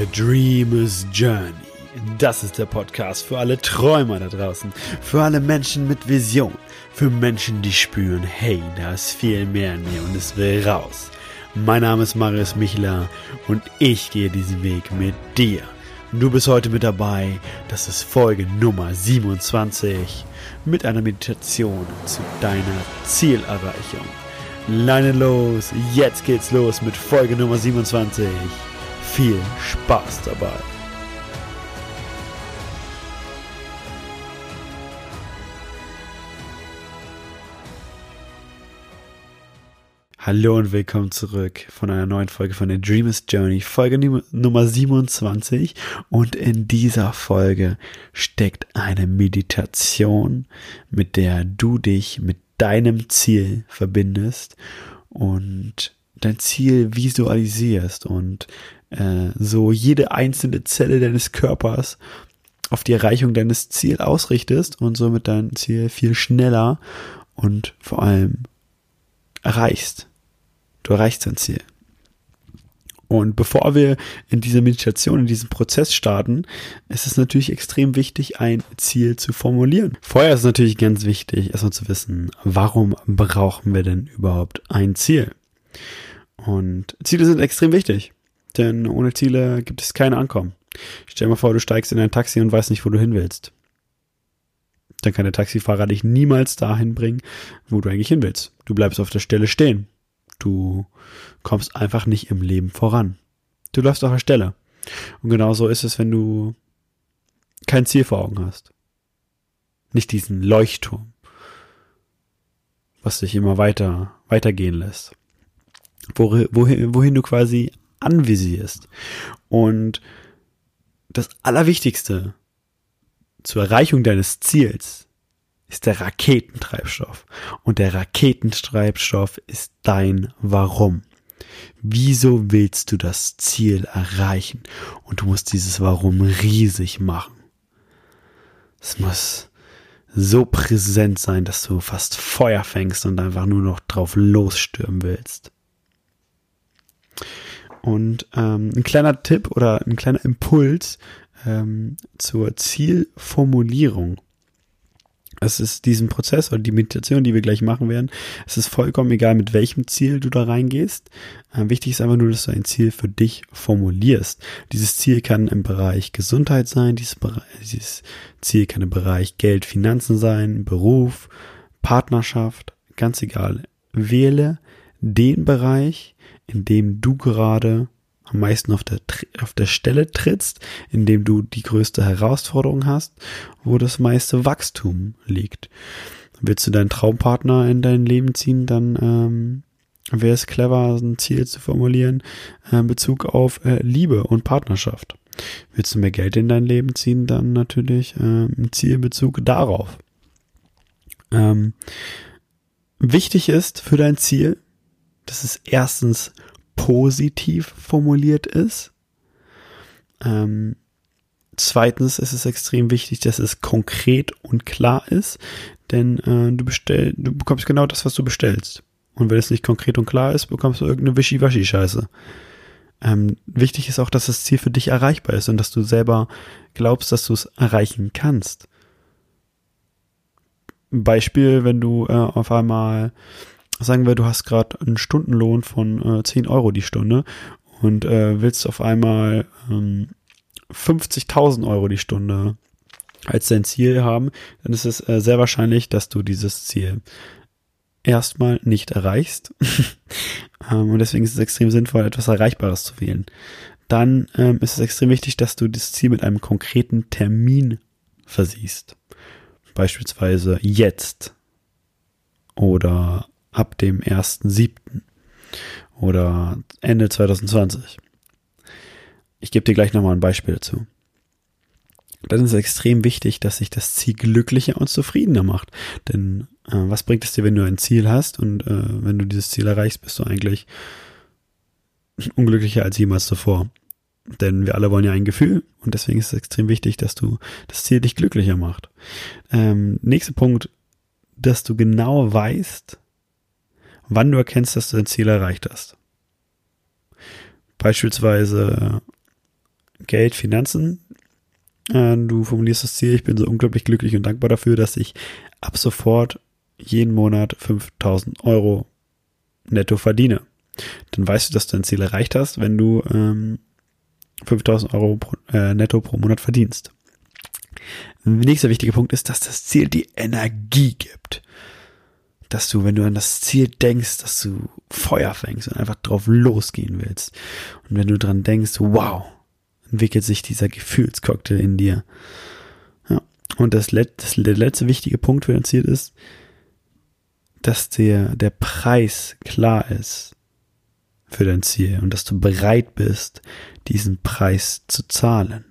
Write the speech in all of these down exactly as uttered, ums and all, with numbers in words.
A Dreamer's Journey. Das ist der Podcast für alle Träumer da draußen, für alle Menschen mit Vision, für Menschen, die spüren, hey, da ist viel mehr in mir und es will raus. Mein Name ist Marius Michler und ich gehe diesen Weg mit dir. Und du bist heute mit dabei, das ist Folge Nummer siebenundzwanzig mit einer Meditation zu deiner Zielerreichung. Leine los, jetzt geht's los mit Folge Nummer siebenundzwanzig. Viel Spaß dabei. Hallo und willkommen zurück von einer neuen Folge von der Dreamer's Journey, Folge Nummer siebenundzwanzig. Und in dieser Folge steckt eine Meditation, mit der du dich mit deinem Ziel verbindest und dein Ziel visualisierst und äh, so jede einzelne Zelle deines Körpers auf die Erreichung deines Ziels ausrichtest und somit dein Ziel viel schneller und vor allem erreichst. Du erreichst dein Ziel. Und bevor wir in diese Meditation, in diesen Prozess starten, ist es natürlich extrem wichtig, ein Ziel zu formulieren. Vorher ist es natürlich ganz wichtig, erstmal zu wissen, warum brauchen wir denn überhaupt ein Ziel? Und Ziele sind extrem wichtig, denn ohne Ziele gibt es kein Ankommen. Stell dir mal vor, du steigst in ein Taxi und weißt nicht, wo du hin willst. Dann kann der Taxifahrer dich niemals dahin bringen, wo du eigentlich hin willst. Du bleibst auf der Stelle stehen. Du kommst einfach nicht im Leben voran. Du läufst auf der Stelle. Und genauso ist es, wenn du kein Ziel vor Augen hast. Nicht diesen Leuchtturm, was dich immer weiter, weitergehen lässt. Wohin, wohin du quasi anvisierst. Und das Allerwichtigste zur Erreichung deines Ziels ist der Raketentreibstoff. Und der Raketentreibstoff ist dein Warum. Wieso willst du das Ziel erreichen? Und du musst dieses Warum riesig machen. Es muss so präsent sein, dass du fast Feuer fängst und einfach nur noch drauf losstürmen willst. Und ähm, ein kleiner Tipp oder ein kleiner Impuls ähm, zur Zielformulierung. Es ist diesen Prozess oder die Meditation, die wir gleich machen werden, es ist vollkommen egal, mit welchem Ziel du da reingehst. Äh, wichtig ist einfach nur, dass du ein Ziel für dich formulierst. Dieses Ziel kann im Bereich Gesundheit sein, dieses, Bereich, dieses Ziel kann im Bereich Geld, Finanzen sein, Beruf, Partnerschaft, ganz egal. Wähle den Bereich, in dem du gerade am meisten auf der, auf der Stelle trittst, in dem du die größte Herausforderung hast, wo das meiste Wachstum liegt. Willst du deinen Traumpartner in dein Leben ziehen, dann ähm, wäre es clever, ein Ziel zu formulieren äh, in Bezug auf äh, Liebe und Partnerschaft. Willst du mehr Geld in dein Leben ziehen, dann natürlich äh, ein Ziel in Bezug darauf. Ähm, wichtig ist für dein Ziel, dass es erstens positiv formuliert ist. Ähm, zweitens ist es extrem wichtig, dass es konkret und klar ist, denn äh, du bestell, du bekommst genau das, was du bestellst. Und wenn es nicht konkret und klar ist, bekommst du irgendeine Wischiwaschi-Scheiße. Ähm, wichtig ist auch, dass das Ziel für dich erreichbar ist und dass du selber glaubst, dass du es erreichen kannst. Beispiel, wenn du äh, auf einmal sagen wir, du hast gerade einen Stundenlohn von äh, zehn Euro die Stunde und äh, willst auf einmal ähm, fünfzigtausend Euro die Stunde als dein Ziel haben, dann ist es äh, sehr wahrscheinlich, dass du dieses Ziel erstmal nicht erreichst. ähm, und deswegen ist es extrem sinnvoll, etwas Erreichbares zu wählen. Dann ähm, ist es extrem wichtig, dass du das Ziel mit einem konkreten Termin versiehst. Beispielsweise jetzt oder ab dem ersten siebten oder Ende zwanzig zwanzig. Ich gebe dir gleich nochmal ein Beispiel dazu. Dann ist es extrem wichtig, dass sich das Ziel glücklicher und zufriedener macht. Denn äh, was bringt es dir, wenn du ein Ziel hast und äh, wenn du dieses Ziel erreichst, bist du eigentlich unglücklicher als jemals zuvor. Denn wir alle wollen ja ein Gefühl und deswegen ist es extrem wichtig, dass du das Ziel dich glücklicher macht. Ähm, nächster Punkt, dass du genau weißt, wann du erkennst, dass du dein Ziel erreicht hast. Beispielsweise Geld, Finanzen. Äh, du formulierst das Ziel, ich bin so unglaublich glücklich und dankbar dafür, dass ich ab sofort jeden Monat fünftausend Euro netto verdiene. Dann weißt du, dass du dein Ziel erreicht hast, wenn du ähm, fünftausend Euro pro, äh, netto pro Monat verdienst. Nächster wichtiger Punkt ist, dass das Ziel die Energie gibt. Dass du, wenn du an das Ziel denkst, dass du Feuer fängst und einfach drauf losgehen willst. Und wenn du dran denkst, wow, entwickelt sich dieser Gefühlscocktail in dir. Ja. Und das, Let- das der letzte wichtige Punkt für dein Ziel ist, dass der, der Preis klar ist für dein Ziel und dass du bereit bist, diesen Preis zu zahlen.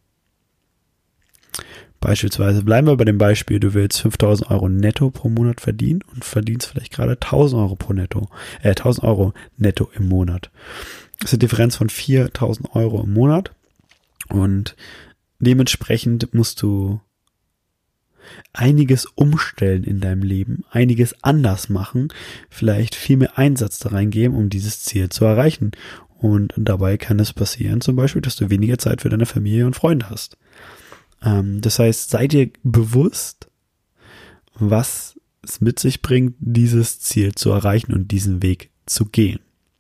Beispielsweise bleiben wir bei dem Beispiel, du willst fünftausend Euro netto pro Monat verdienen und verdienst vielleicht gerade tausend Euro pro netto, äh, tausend Euro netto im Monat. Das ist eine Differenz von viertausend Euro im Monat und dementsprechend musst du einiges umstellen in deinem Leben, einiges anders machen, vielleicht viel mehr Einsatz da reingeben, um dieses Ziel zu erreichen. Und dabei kann es passieren, zum Beispiel, dass du weniger Zeit für deine Familie und Freunde hast. Ähm, das heißt, sei dir bewusst, was es mit sich bringt, dieses Ziel zu erreichen und diesen Weg zu gehen.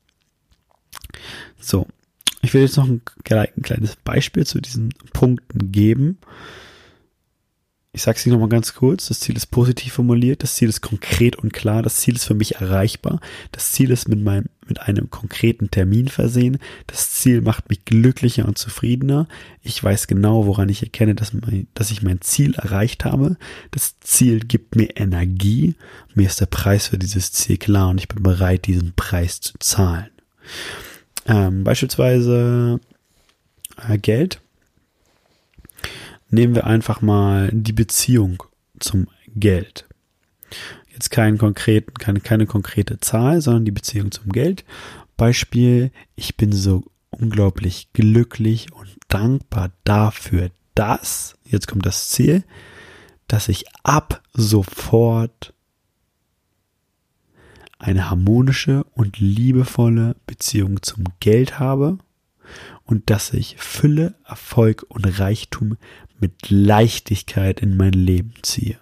So, ich will jetzt noch ein, ein kleines Beispiel zu diesen Punkten geben. Ich sage es dir nochmal ganz kurz, das Ziel ist positiv formuliert, das Ziel ist konkret und klar, das Ziel ist für mich erreichbar, das Ziel ist mit meinem, mit einem konkreten Termin versehen, das Ziel macht mich glücklicher und zufriedener, ich weiß genau, woran ich erkenne, dass, mein, dass ich mein Ziel erreicht habe, das Ziel gibt mir Energie, mir ist der Preis für dieses Ziel klar und ich bin bereit, diesen Preis zu zahlen. Ähm, beispielsweise äh, Geld. Nehmen wir einfach mal die Beziehung zum Geld. Jetzt keinen konkreten, keine, keine konkrete Zahl, sondern die Beziehung zum Geld. Beispiel, ich bin so unglaublich glücklich und dankbar dafür, dass, jetzt kommt das Ziel, dass ich ab sofort eine harmonische und liebevolle Beziehung zum Geld habe und dass ich Fülle, Erfolg und Reichtum mit Leichtigkeit in mein Leben ziehe.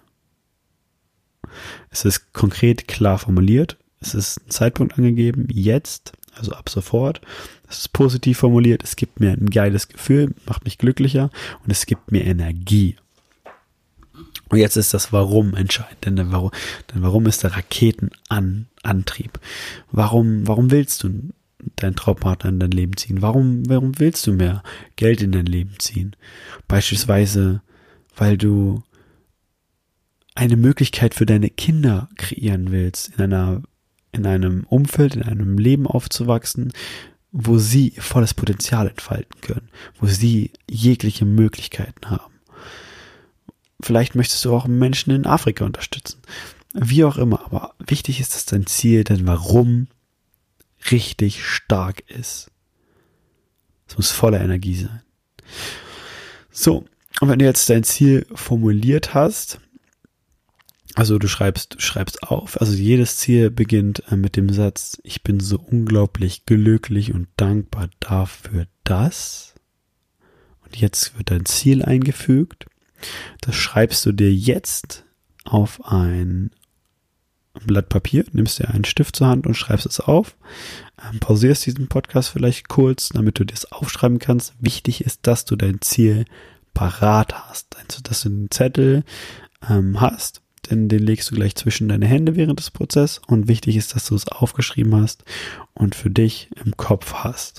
Es ist konkret klar formuliert, es ist ein Zeitpunkt angegeben, jetzt, also ab sofort. Es ist positiv formuliert, es gibt mir ein geiles Gefühl, macht mich glücklicher und es gibt mir Energie. Und jetzt ist das Warum entscheidend, denn der Warum, denn Warum ist der Raketenantrieb. Warum, warum willst du deinen Traumpartner in dein Leben ziehen? Warum, warum willst du mehr Geld in dein Leben ziehen? Beispielsweise, weil du eine Möglichkeit für deine Kinder kreieren willst, in einer, in einem Umfeld, in einem Leben aufzuwachsen, wo sie ihr volles Potenzial entfalten können, wo sie jegliche Möglichkeiten haben. Vielleicht möchtest du auch Menschen in Afrika unterstützen. Wie auch immer, aber wichtig ist, dass dein Ziel, dein Warum richtig stark ist. Es muss voller Energie sein. So, und wenn du jetzt dein Ziel formuliert hast, also du schreibst, du schreibst auf, also jedes Ziel beginnt mit dem Satz, ich bin so unglaublich glücklich und dankbar dafür, dass, und jetzt wird dein Ziel eingefügt, das schreibst du dir jetzt auf ein Blatt Papier, nimmst dir einen Stift zur Hand und schreibst es auf, ähm, pausierst diesen Podcast vielleicht kurz, damit du das aufschreiben kannst. Wichtig ist, dass du dein Ziel parat hast, also dass du den Zettel ähm, hast, denn den legst du gleich zwischen deine Hände während des Prozesses und wichtig ist, dass du es aufgeschrieben hast und für dich im Kopf hast.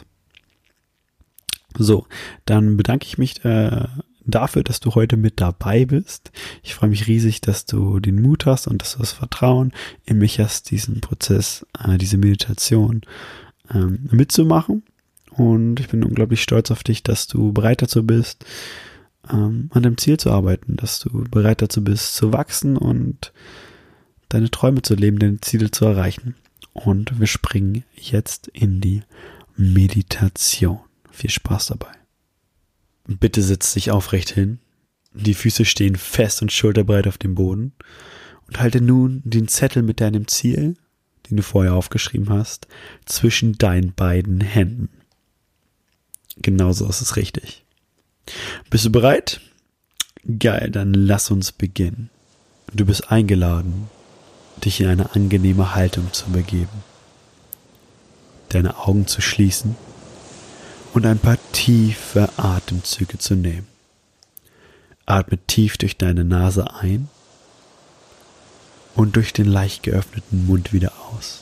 So, dann bedanke ich mich äh, dafür, dass du heute mit dabei bist. Ich freue mich riesig, dass du den Mut hast und dass du das Vertrauen in mich hast, diesen Prozess, äh, diese Meditation ähm, mitzumachen. Und ich bin unglaublich stolz auf dich, dass du bereit dazu bist, ähm, an deinem Ziel zu arbeiten, dass du bereit dazu bist, zu wachsen und deine Träume zu leben, deine Ziele zu erreichen. Und wir springen jetzt in die Meditation. Viel Spaß dabei. Bitte setz dich aufrecht hin. Die Füße stehen fest und schulterbreit auf dem Boden. Und halte nun den Zettel mit deinem Ziel, den du vorher aufgeschrieben hast, zwischen deinen beiden Händen. Genauso ist es richtig. Bist du bereit? Geil, dann lass uns beginnen. Du bist eingeladen, dich in eine angenehme Haltung zu begeben, deine Augen zu schließen und ein paar tiefe Atemzüge zu nehmen. Atme tief durch deine Nase ein und durch den leicht geöffneten Mund wieder aus.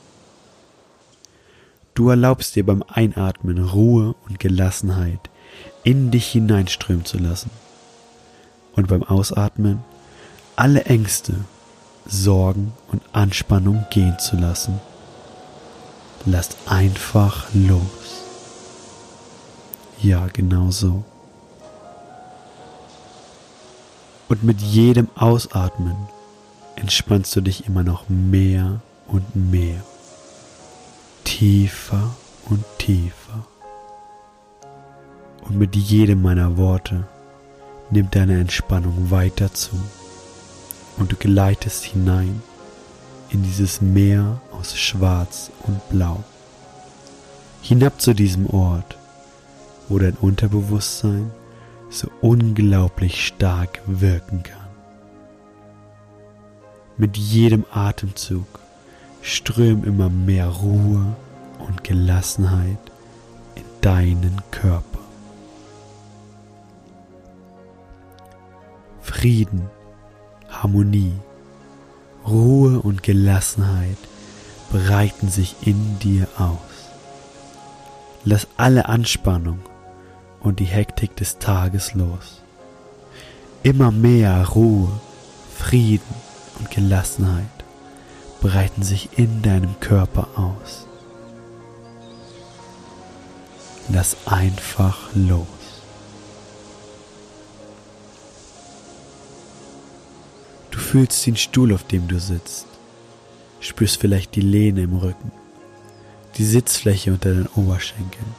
Du erlaubst dir beim Einatmen Ruhe und Gelassenheit in dich hineinströmen zu lassen und beim Ausatmen alle Ängste, Sorgen und Anspannung gehen zu lassen. Lass einfach los. Ja, genau so. Und mit jedem Ausatmen entspannst du dich immer noch mehr und mehr. Tiefer und tiefer. Und mit jedem meiner Worte nimmt deine Entspannung weiter zu. Und du gleitest hinein in dieses Meer aus Schwarz und Blau. Hinab zu diesem Ort, wo dein Unterbewusstsein so unglaublich stark wirken kann. Mit jedem Atemzug strömt immer mehr Ruhe und Gelassenheit in deinen Körper. Frieden, Harmonie, Ruhe und Gelassenheit breiten sich in dir aus. Lass alle Anspannung und die Hektik des Tages los. Immer mehr Ruhe, Frieden und Gelassenheit breiten sich in deinem Körper aus. Lass einfach los. Du fühlst den Stuhl, auf dem du sitzt, spürst vielleicht die Lehne im Rücken, die Sitzfläche unter den Oberschenkeln.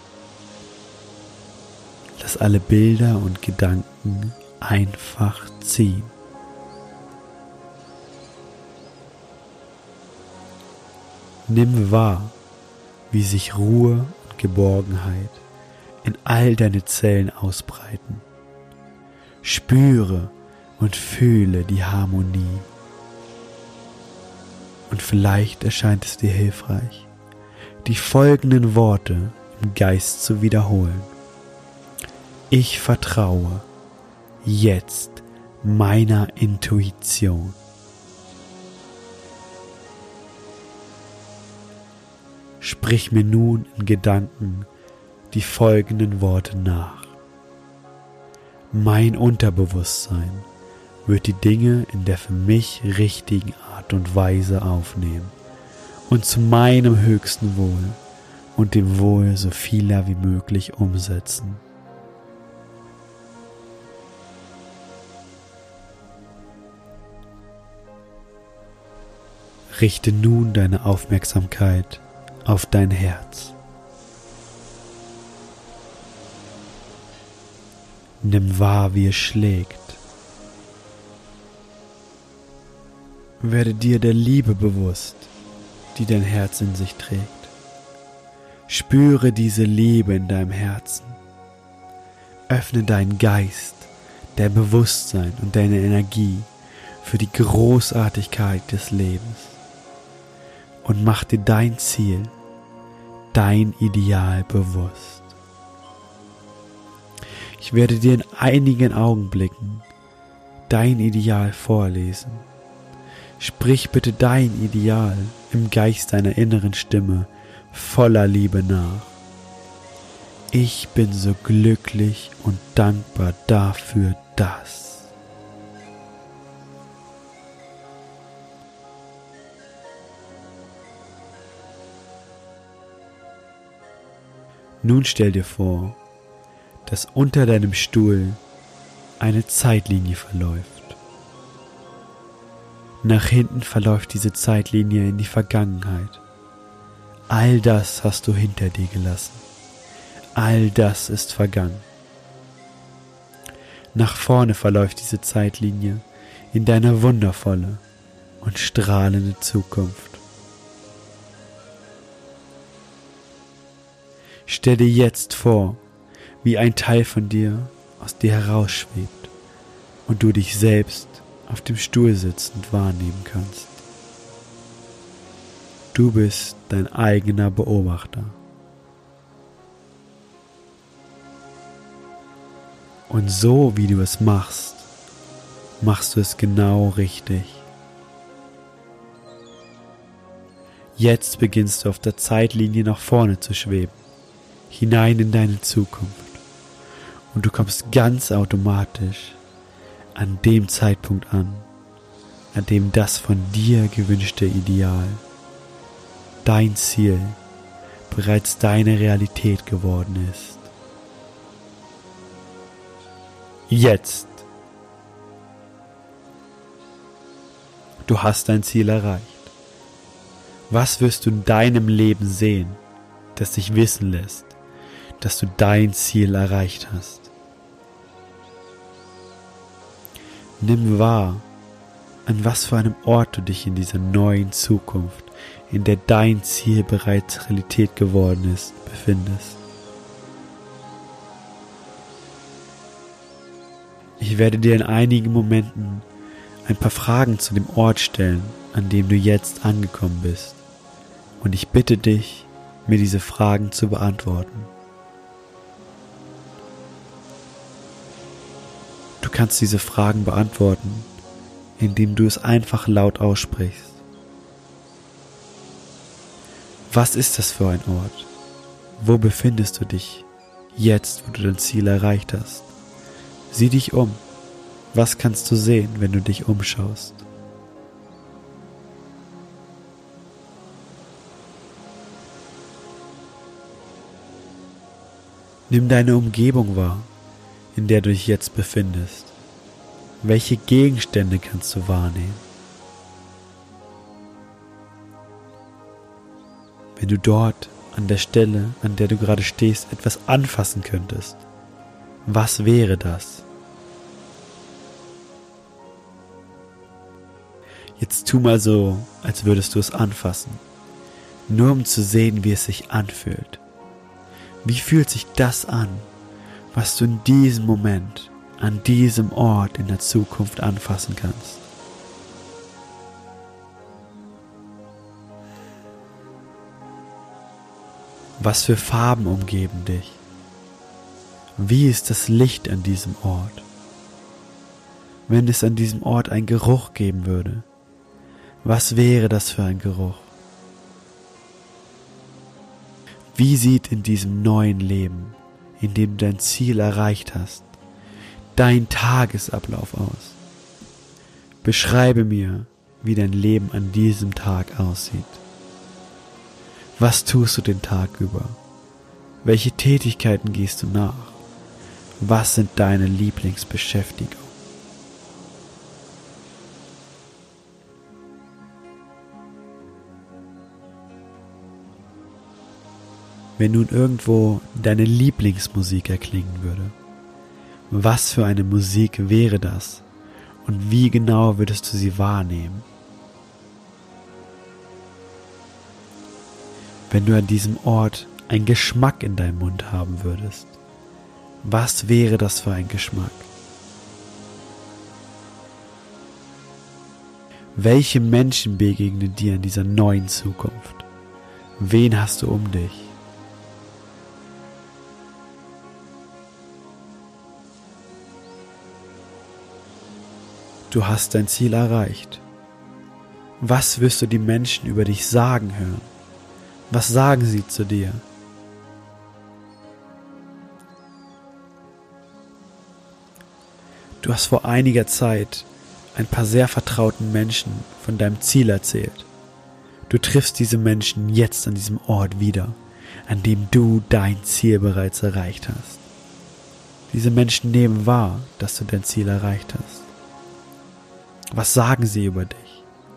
Lass alle Bilder und Gedanken einfach ziehen. Nimm wahr, wie sich Ruhe und Geborgenheit in all deine Zellen ausbreiten. Spüre und fühle die Harmonie. Und vielleicht erscheint es dir hilfreich, die folgenden Worte im Geist zu wiederholen. Ich vertraue jetzt meiner Intuition. Sprich mir nun in Gedanken die folgenden Worte nach. Mein Unterbewusstsein wird die Dinge in der für mich richtigen Art und Weise aufnehmen und zu meinem höchsten Wohl und dem Wohl so vieler wie möglich umsetzen. Richte nun deine Aufmerksamkeit auf dein Herz. Nimm wahr, wie es schlägt. Werde dir der Liebe bewusst, die dein Herz in sich trägt. Spüre diese Liebe in deinem Herzen. Öffne deinen Geist, dein Bewusstsein und deine Energie für die Großartigkeit des Lebens. Und mach dir dein Ziel, dein Ideal bewusst. Ich werde dir in einigen Augenblicken dein Ideal vorlesen. Sprich bitte dein Ideal im Geist deiner inneren Stimme voller Liebe nach. Ich bin so glücklich und dankbar dafür, dass. Nun stell dir vor, dass unter deinem Stuhl eine Zeitlinie verläuft. Nach hinten verläuft diese Zeitlinie in die Vergangenheit. All das hast du hinter dir gelassen. All das ist vergangen. Nach vorne verläuft diese Zeitlinie in deine wundervolle und strahlende Zukunft. Stell dir jetzt vor, wie ein Teil von dir aus dir herausschwebt und du dich selbst auf dem Stuhl sitzend wahrnehmen kannst. Du bist dein eigener Beobachter. Und so wie du es machst, machst du es genau richtig. Jetzt beginnst du auf der Zeitlinie nach vorne zu schweben, hinein in deine Zukunft. Und du kommst ganz automatisch an dem Zeitpunkt an, an dem das von dir gewünschte Ideal, dein Ziel, bereits deine Realität geworden ist. Jetzt. Du hast dein Ziel erreicht. Was wirst du in deinem Leben sehen, das dich wissen lässt, dass du dein Ziel erreicht hast? Nimm wahr, an was für einem Ort du dich in dieser neuen Zukunft, in der dein Ziel bereits Realität geworden ist, befindest. Ich werde dir in einigen Momenten ein paar Fragen zu dem Ort stellen, an dem du jetzt angekommen bist. Und ich bitte dich, mir diese Fragen zu beantworten. Du kannst diese Fragen beantworten, indem du es einfach laut aussprichst. Was ist das für ein Ort? Wo befindest du dich jetzt, wo du dein Ziel erreicht hast? Sieh dich um. Was kannst du sehen, wenn du dich umschaust? Nimm deine Umgebung wahr, in der du dich jetzt befindest. Welche Gegenstände kannst du wahrnehmen? Wenn du dort an der Stelle, an der du gerade stehst, etwas anfassen könntest, was wäre das? Jetzt tu mal so, als würdest du es anfassen, nur um zu sehen, wie es sich anfühlt. Wie fühlt sich das an, was du in diesem Moment, an diesem Ort in der Zukunft anfassen kannst? Was für Farben umgeben dich? Wie ist das Licht an diesem Ort? Wenn es an diesem Ort einen Geruch geben würde, was wäre das für ein Geruch? Wie sieht in diesem neuen Leben, in dem du dein Ziel erreicht hast, dein Tagesablauf aus? Beschreibe mir, wie dein Leben an diesem Tag aussieht. Was tust du den Tag über? Welche Tätigkeiten gehst du nach? Was sind deine Lieblingsbeschäftigungen? Wenn nun irgendwo deine Lieblingsmusik erklingen würde, was für eine Musik wäre das und wie genau würdest du sie wahrnehmen? Wenn du an diesem Ort einen Geschmack in deinem Mund haben würdest, was wäre das für ein Geschmack? Welche Menschen begegnen dir in dieser neuen Zukunft? Wen hast du um dich? Du hast dein Ziel erreicht. Was wirst du die Menschen über dich sagen hören? Was sagen sie zu dir? Du hast vor einiger Zeit ein paar sehr vertrauten Menschen von deinem Ziel erzählt. Du triffst diese Menschen jetzt an diesem Ort wieder, an dem du dein Ziel bereits erreicht hast. Diese Menschen nehmen wahr, dass du dein Ziel erreicht hast. Was sagen sie über dich?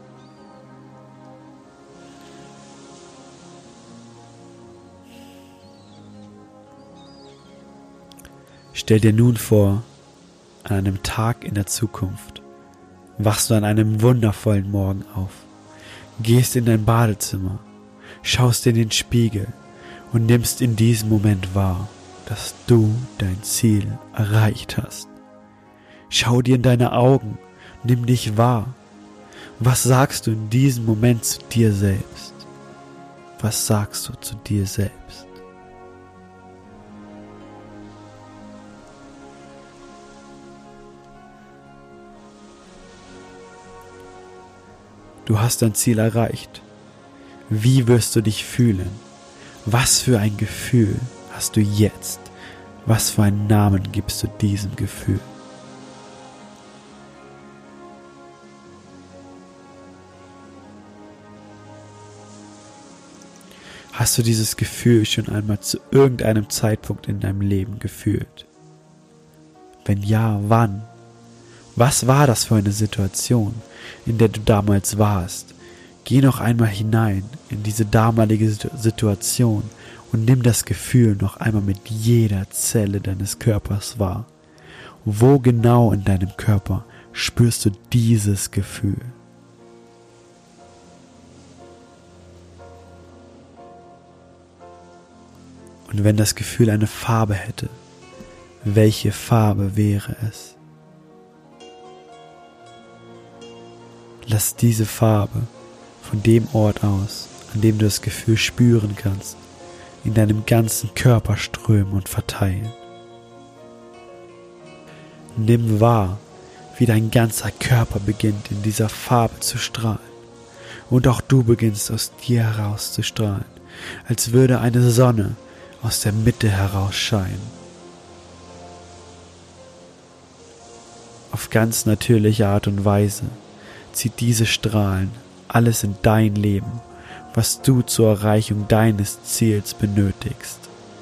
Stell dir nun vor, an einem Tag in der Zukunft wachst du an einem wundervollen Morgen auf, gehst in dein Badezimmer, schaust in den Spiegel und nimmst in diesem Moment wahr, dass du dein Ziel erreicht hast. Schau dir in deine Augen, nimm dich wahr. Was sagst du in diesem Moment zu dir selbst? Was sagst du zu dir selbst? Du hast dein Ziel erreicht. Wie wirst du dich fühlen? Was für ein Gefühl hast du jetzt? Was für einen Namen gibst du diesem Gefühl? Hast du dieses Gefühl schon einmal zu irgendeinem Zeitpunkt in deinem Leben gefühlt? Wenn ja, wann? Was war das für eine Situation, in der du damals warst? Geh noch einmal hinein in diese damalige Situation und nimm das Gefühl noch einmal mit jeder Zelle deines Körpers wahr. Wo genau in deinem Körper spürst du dieses Gefühl? Und wenn das Gefühl eine Farbe hätte, welche Farbe wäre es? Lass diese Farbe von dem Ort aus, an dem du das Gefühl spüren kannst, in deinem ganzen Körper strömen und verteilen. Nimm wahr, wie dein ganzer Körper beginnt in dieser Farbe zu strahlen. Und auch du beginnst aus dir heraus zu strahlen, als würde eine Sonne aus der Mitte heraus scheinen. Auf ganz natürliche Art und Weise zieht diese Strahlen alles in dein Leben, was du zur Erreichung deines Ziels benötigst.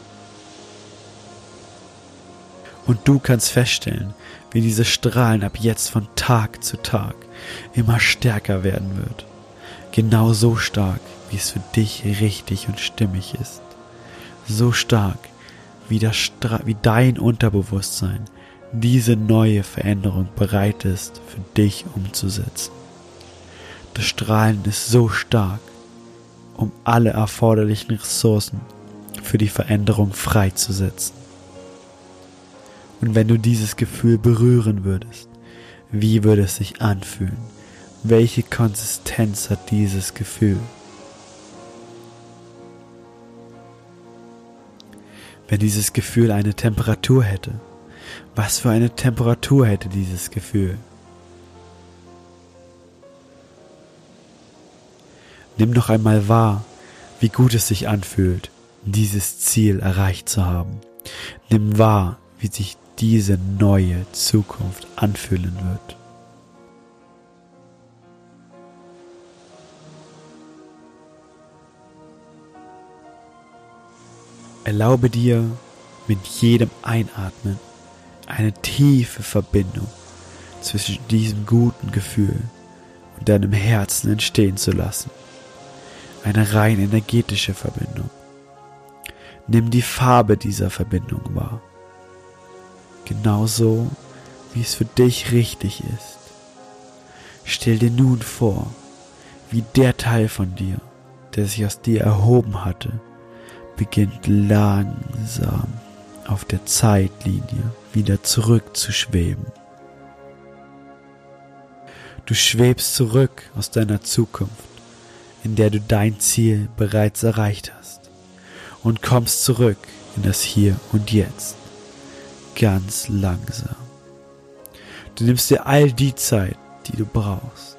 Und du kannst feststellen, wie diese Strahlen ab jetzt von Tag zu Tag immer stärker werden wird. Genau so stark, wie es für dich richtig und stimmig ist. So stark, wie, das Stra- wie dein Unterbewusstsein diese neue Veränderung bereit ist, für dich umzusetzen. Das Strahlen ist so stark, um alle erforderlichen Ressourcen für die Veränderung freizusetzen. Und wenn du dieses Gefühl berühren würdest, wie würde es sich anfühlen? Welche Konsistenz hat dieses Gefühl? Wenn dieses Gefühl eine Temperatur hätte, was für eine Temperatur hätte dieses Gefühl? Nimm noch einmal wahr, wie gut es sich anfühlt, dieses Ziel erreicht zu haben. Nimm wahr, wie sich diese neue Zukunft anfühlen wird. Erlaube dir mit jedem Einatmen eine tiefe Verbindung zwischen diesem guten Gefühl und deinem Herzen entstehen zu lassen. Eine rein energetische Verbindung. Nimm die Farbe dieser Verbindung wahr. Genauso, wie es für dich richtig ist. Stell dir nun vor, wie der Teil von dir, der sich aus dir erhoben hatte, beginnt langsam auf der Zeitlinie wieder zurückzuschweben. Du schwebst zurück aus deiner Zukunft, in der du dein Ziel bereits erreicht hast, und kommst zurück in das Hier und Jetzt, ganz langsam. Du nimmst dir all die Zeit, die du brauchst.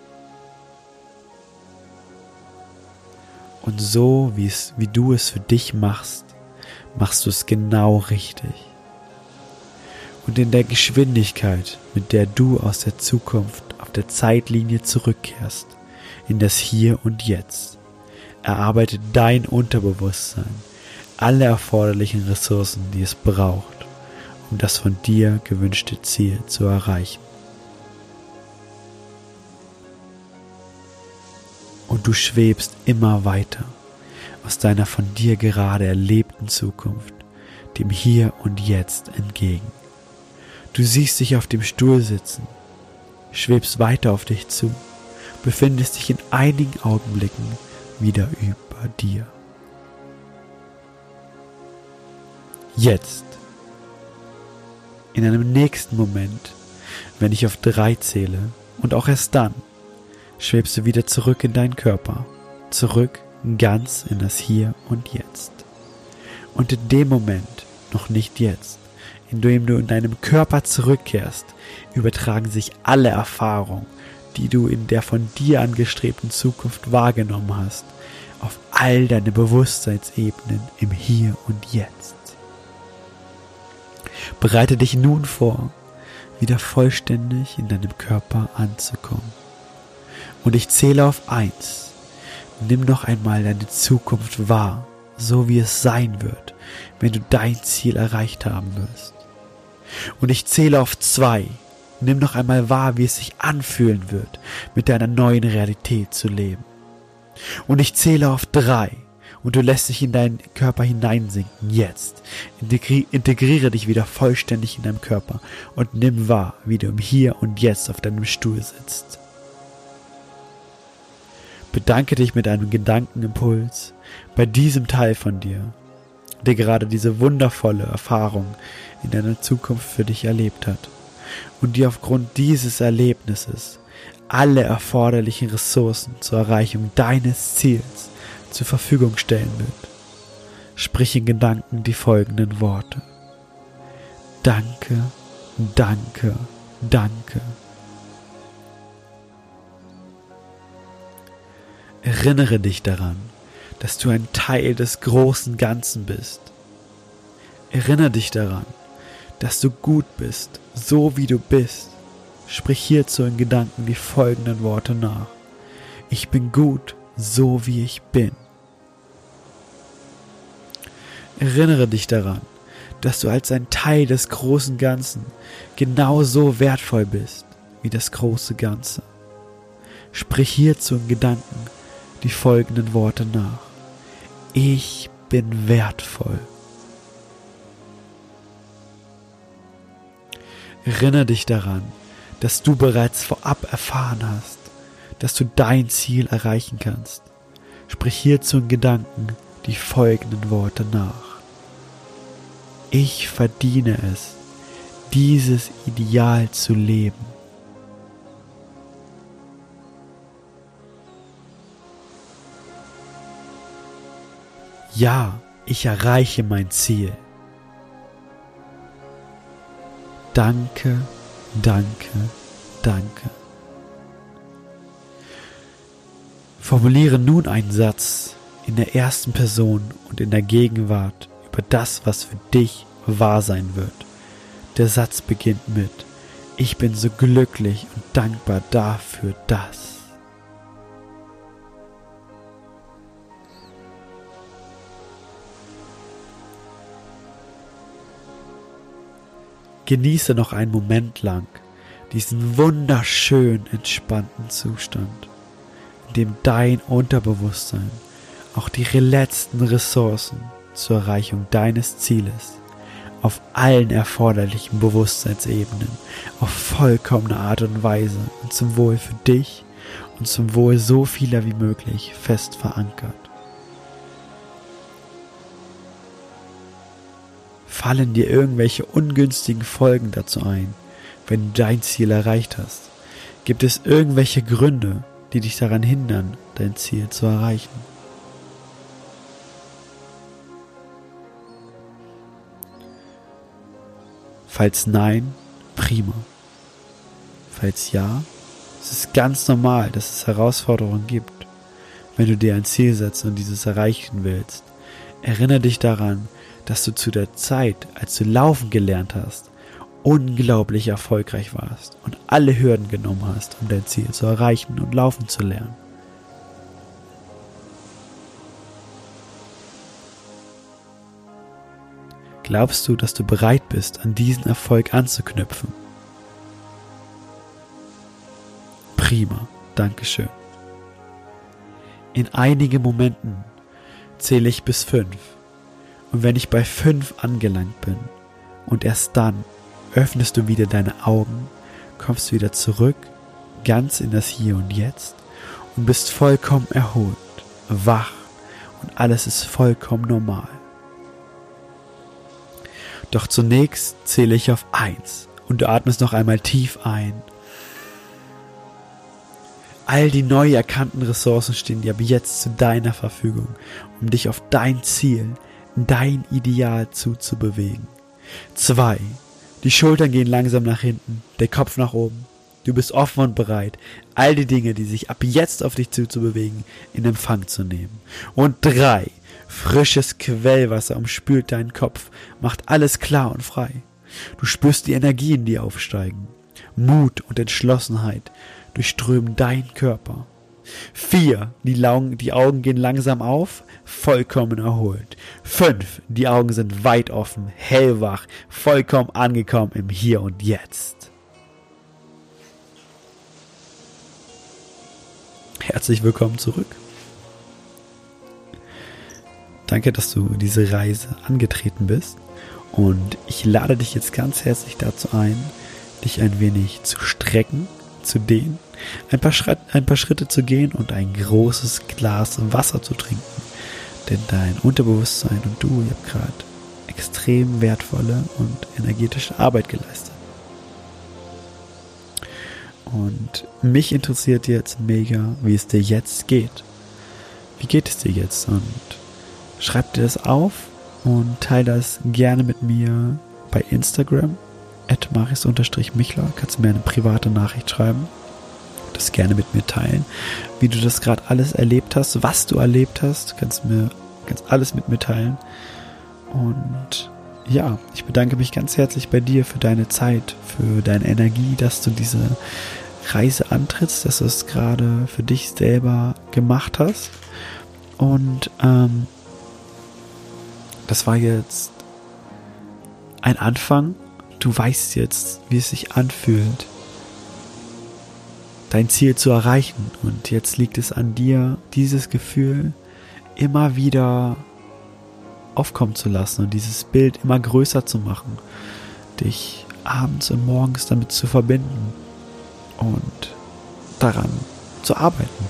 Und so, wie es, wie du es für dich machst, machst du es genau richtig. Und in der Geschwindigkeit, mit der du aus der Zukunft auf der Zeitlinie zurückkehrst, in das Hier und Jetzt, erarbeitet dein Unterbewusstsein alle erforderlichen Ressourcen, die es braucht, um das von dir gewünschte Ziel zu erreichen. Und du schwebst immer weiter aus deiner von dir gerade erlebten Zukunft, dem Hier und Jetzt entgegen. Du siehst dich auf dem Stuhl sitzen, schwebst weiter auf dich zu, befindest dich in einigen Augenblicken wieder über dir. Jetzt. In einem nächsten Moment, wenn ich auf drei zähle, und auch erst dann, schwebst du wieder zurück in deinen Körper, zurück ganz in das Hier und Jetzt. Und in dem Moment, noch nicht jetzt, in dem du in deinem Körper zurückkehrst, übertragen sich alle Erfahrungen, die du in der von dir angestrebten Zukunft wahrgenommen hast, auf all deine Bewusstseinsebenen im Hier und Jetzt. Bereite dich nun vor, wieder vollständig in deinem Körper anzukommen. Und ich zähle auf eins. Nimm noch einmal deine Zukunft wahr, so wie es sein wird, wenn du dein Ziel erreicht haben wirst. Und ich zähle auf zwei. Nimm noch einmal wahr, wie es sich anfühlen wird, mit deiner neuen Realität zu leben. Und ich zähle auf drei. Und du lässt dich in deinen Körper hineinsinken, jetzt. Integri- integriere dich wieder vollständig in deinem Körper und nimm wahr, wie du im Hier und Jetzt auf deinem Stuhl sitzt. Bedanke dich mit einem Gedankenimpuls bei diesem Teil von dir, der gerade diese wundervolle Erfahrung in deiner Zukunft für dich erlebt hat und dir aufgrund dieses Erlebnisses alle erforderlichen Ressourcen zur Erreichung deines Ziels zur Verfügung stellen wird. Sprich in Gedanken die folgenden Worte. Danke, danke, danke. Erinnere dich daran, dass du ein Teil des großen Ganzen bist. Erinnere dich daran, dass du gut bist, so wie du bist. Sprich hierzu in Gedanken die folgenden Worte nach. Ich bin gut, so wie ich bin. Erinnere dich daran, dass du als ein Teil des großen Ganzen genauso wertvoll bist wie das große Ganze. Sprich hierzu in Gedanken die folgenden Worte nach. Ich bin wertvoll. Erinnere dich daran, dass du bereits vorab erfahren hast, dass du dein Ziel erreichen kannst. Sprich hierzu in Gedanken die folgenden Worte nach. Ich verdiene es, dieses Ideal zu leben. Ja, ich erreiche mein Ziel. Danke, danke, danke. Formuliere nun einen Satz in der ersten Person und in der Gegenwart über das, was für dich wahr sein wird. Der Satz beginnt mit: Ich bin so glücklich und dankbar dafür, dass. Genieße noch einen Moment lang diesen wunderschön entspannten Zustand, in dem dein Unterbewusstsein auch die letzten Ressourcen zur Erreichung deines Zieles auf allen erforderlichen Bewusstseinsebenen auf vollkommene Art und Weise und zum Wohl für dich und zum Wohl so vieler wie möglich fest verankert. Fallen dir irgendwelche ungünstigen Folgen dazu ein, wenn du dein Ziel erreicht hast? Gibt es irgendwelche Gründe, die dich daran hindern, dein Ziel zu erreichen? Falls nein, prima. Falls ja, es ist ganz normal, dass es Herausforderungen gibt. Wenn du dir ein Ziel setzt und dieses erreichen willst, erinnere dich daran, dass du zu der Zeit, als du laufen gelernt hast, unglaublich erfolgreich warst und alle Hürden genommen hast, um dein Ziel zu erreichen und laufen zu lernen. Glaubst du, dass du bereit bist, an diesen Erfolg anzuknüpfen? Prima, Dankeschön. In einigen Momenten zähle ich bis fünf. Und wenn ich bei fünf angelangt bin und erst dann öffnest du wieder deine Augen, kommst wieder zurück, ganz in das Hier und Jetzt und bist vollkommen erholt, wach und alles ist vollkommen normal. Doch zunächst zähle ich auf eins und du atmest noch einmal tief ein. All die neu erkannten Ressourcen stehen dir ab jetzt zu deiner Verfügung, um dich auf dein Ziel, dein Ideal zuzubewegen. Zwei. Die Schultern gehen langsam nach hinten, der Kopf nach oben. Du bist offen und bereit, all die Dinge, die sich ab jetzt auf dich zuzubewegen, in Empfang zu nehmen. Und drei. Frisches Quellwasser umspült deinen Kopf, macht alles klar und frei. Du spürst die Energien, die aufsteigen. Mut und Entschlossenheit durchströmen deinen Körper. Vier. Die Augen, die Augen gehen langsam auf, vollkommen erholt. Fünf. Die Augen sind weit offen, hellwach, vollkommen angekommen im Hier und Jetzt. Herzlich willkommen zurück. Danke, dass du diese Reise angetreten bist und ich lade dich jetzt ganz herzlich dazu ein, dich ein wenig zu strecken, zu dehnen, ein paar, Schritt, ein paar Schritte zu gehen und ein großes Glas Wasser zu trinken. Denn dein Unterbewusstsein und du, ihr habt gerade extrem wertvolle und energetische Arbeit geleistet. Und mich interessiert jetzt mega, wie es dir jetzt geht. Wie geht es dir jetzt? Und schreib dir das auf und teile das gerne mit mir bei Instagram, at maris michler. Kannst du mir eine private Nachricht schreiben. Das gerne mit mir teilen, wie du das gerade alles erlebt hast, was du erlebt hast. Kannst mir kannst alles mit mir teilen. Und ja, ich bedanke mich ganz herzlich bei dir für deine Zeit, für deine Energie, dass du diese Reise antrittst, dass du es gerade für dich selber gemacht hast. Und ähm, das war jetzt ein Anfang. Du weißt jetzt, wie es sich anfühlt, dein Ziel zu erreichen. Und jetzt liegt es an dir, dieses Gefühl immer wieder aufkommen zu lassen und dieses Bild immer größer zu machen, dich abends und morgens damit zu verbinden und daran zu arbeiten.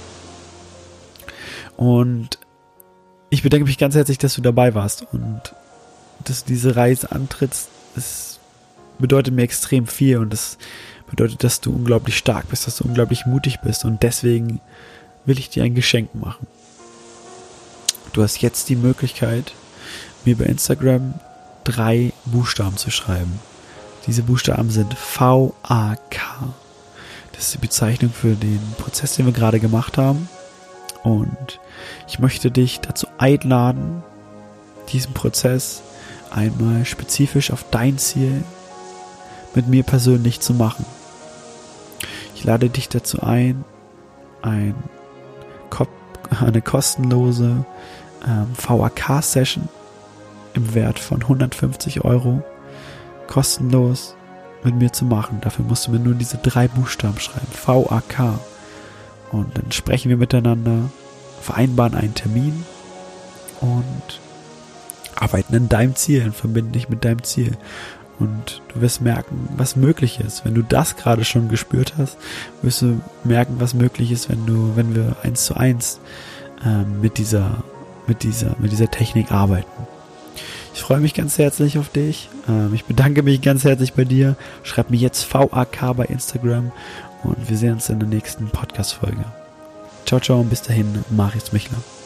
Und ich bedanke mich ganz herzlich, dass du dabei warst und dass du diese Reise antrittst. Es bedeutet mir extrem viel und es bedeutet, dass du unglaublich stark bist, dass du unglaublich mutig bist und deswegen will ich dir ein Geschenk machen. Du hast jetzt die Möglichkeit, mir bei Instagram drei Buchstaben zu schreiben. Diese Buchstaben sind V A K. Das ist die Bezeichnung für den Prozess, den wir gerade gemacht haben. Und ich möchte dich dazu einladen, diesen Prozess einmal spezifisch auf dein Ziel mit mir persönlich zu machen. Ich lade dich dazu ein, ein, eine kostenlose ähm, V A K-Session im Wert von hundertfünfzig Euro kostenlos mit mir zu machen. Dafür musst du mir nur diese drei Buchstaben schreiben, V A K. Und dann sprechen wir miteinander, vereinbaren einen Termin und arbeiten an deinem Ziel und verbinden dich mit deinem Ziel. Und du wirst merken, was möglich ist. Wenn du das gerade schon gespürt hast, wirst du merken, was möglich ist, wenn du, wenn wir eins zu eins ähm, mit dieser, mit dieser, mit dieser Technik arbeiten. Ich freue mich ganz herzlich auf dich. Ähm, ich bedanke mich ganz herzlich bei dir. Schreib mir jetzt V A K bei Instagram und wir sehen uns in der nächsten Podcast-Folge. Ciao, ciao und bis dahin, Maris Michler.